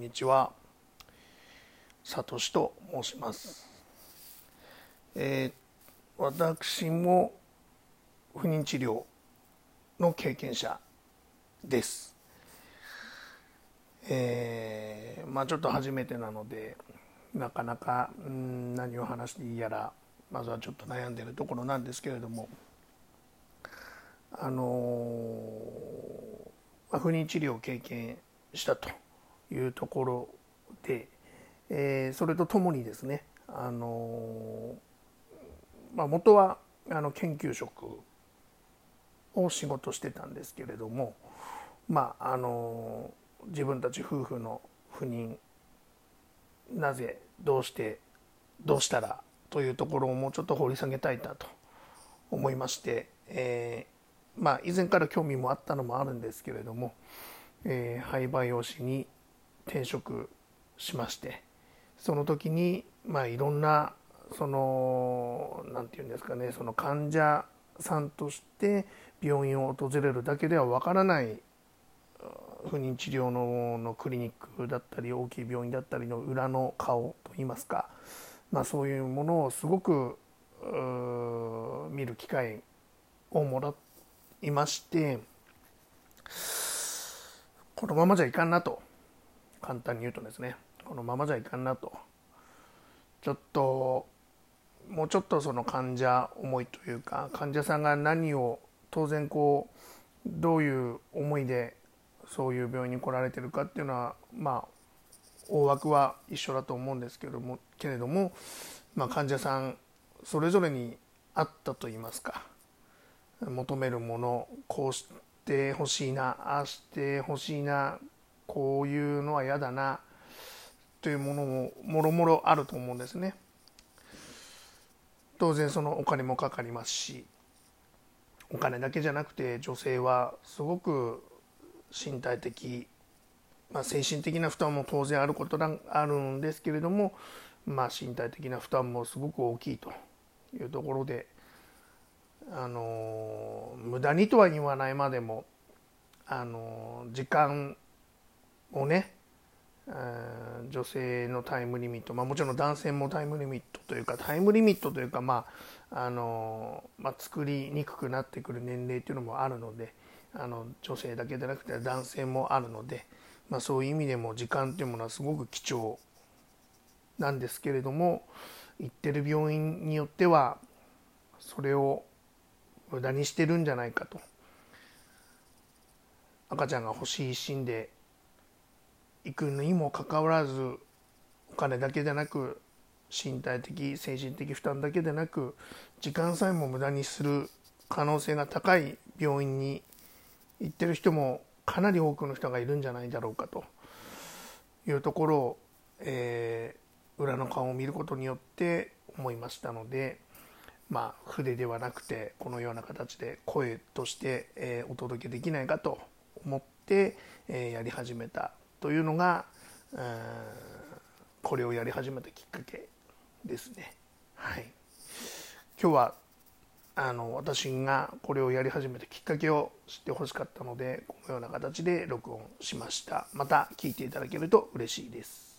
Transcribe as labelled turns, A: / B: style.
A: にちは。さとしと申します。私も不妊治療の経験者です。ちょっと初めてなのでなかなか何を話していいやらまずはちょっと悩んでいるところなんですけれども、不妊治療を経験したというところで、それとともにですね、元は研究職を仕事してたんですけれども、自分たち夫婦の不妊、なぜどうしたらというところをもうちょっと掘り下げたいなと思いまして、以前から興味もあったのもあるんですけれども、胚培養士に転職しまして、その時にいろんななんていうんですかね、その患者さんとして病院を訪れるだけではわからない不妊治療のクリニックだったり大きい病院だったりの裏の顔といいますか、そういうものをすごく見る機会をもらいまして、このままじゃいかんなと、簡単に言うとですね、このままじゃいかんなと、もうちょっとその患者思いというか、患者さんが何を当然どういう思いでそういう病院に来られてるかっていうのは大枠は一緒だと思うんですけれども、患者さんそれぞれに合ったといいますか、求めるもの、こうしてほしいな、ああしてほしいな、こういうのは嫌だなというものももろもろあると思うんですね。当然そのお金もかかりますし、お金だけじゃなくて女性はすごく身体的、精神的な負担も当然あるんですけれども、身体的な負担もすごく大きいというところで、無駄にとは言わないまでも時間をね、女性のタイムリミット、もちろん男性もタイムリミットというか作りにくくなってくる年齢というのもあるので、女性だけでなくて男性もあるので、そういう意味でも時間というものはすごく貴重なんですけれども、行ってる病院によってはそれを無駄にしてるんじゃないかと、赤ちゃんが欲しい一心で行くにもかかわらず、お金だけでなく身体的精神的負担だけでなく時間さえも無駄にする可能性が高い病院に行ってる人もかなり多くの人がいるんじゃないだろうかというところを、裏の顔を見ることによって思いましたので、筆ではなくてこのような形で声として、お届けできないかと思って、やり始めたというのが、これをやり始めたきっかけですね。はい、今日は私がこれをやり始めたきっかけを知ってほしかったので、このような形で録音しました。また聞いていただけると嬉しいです。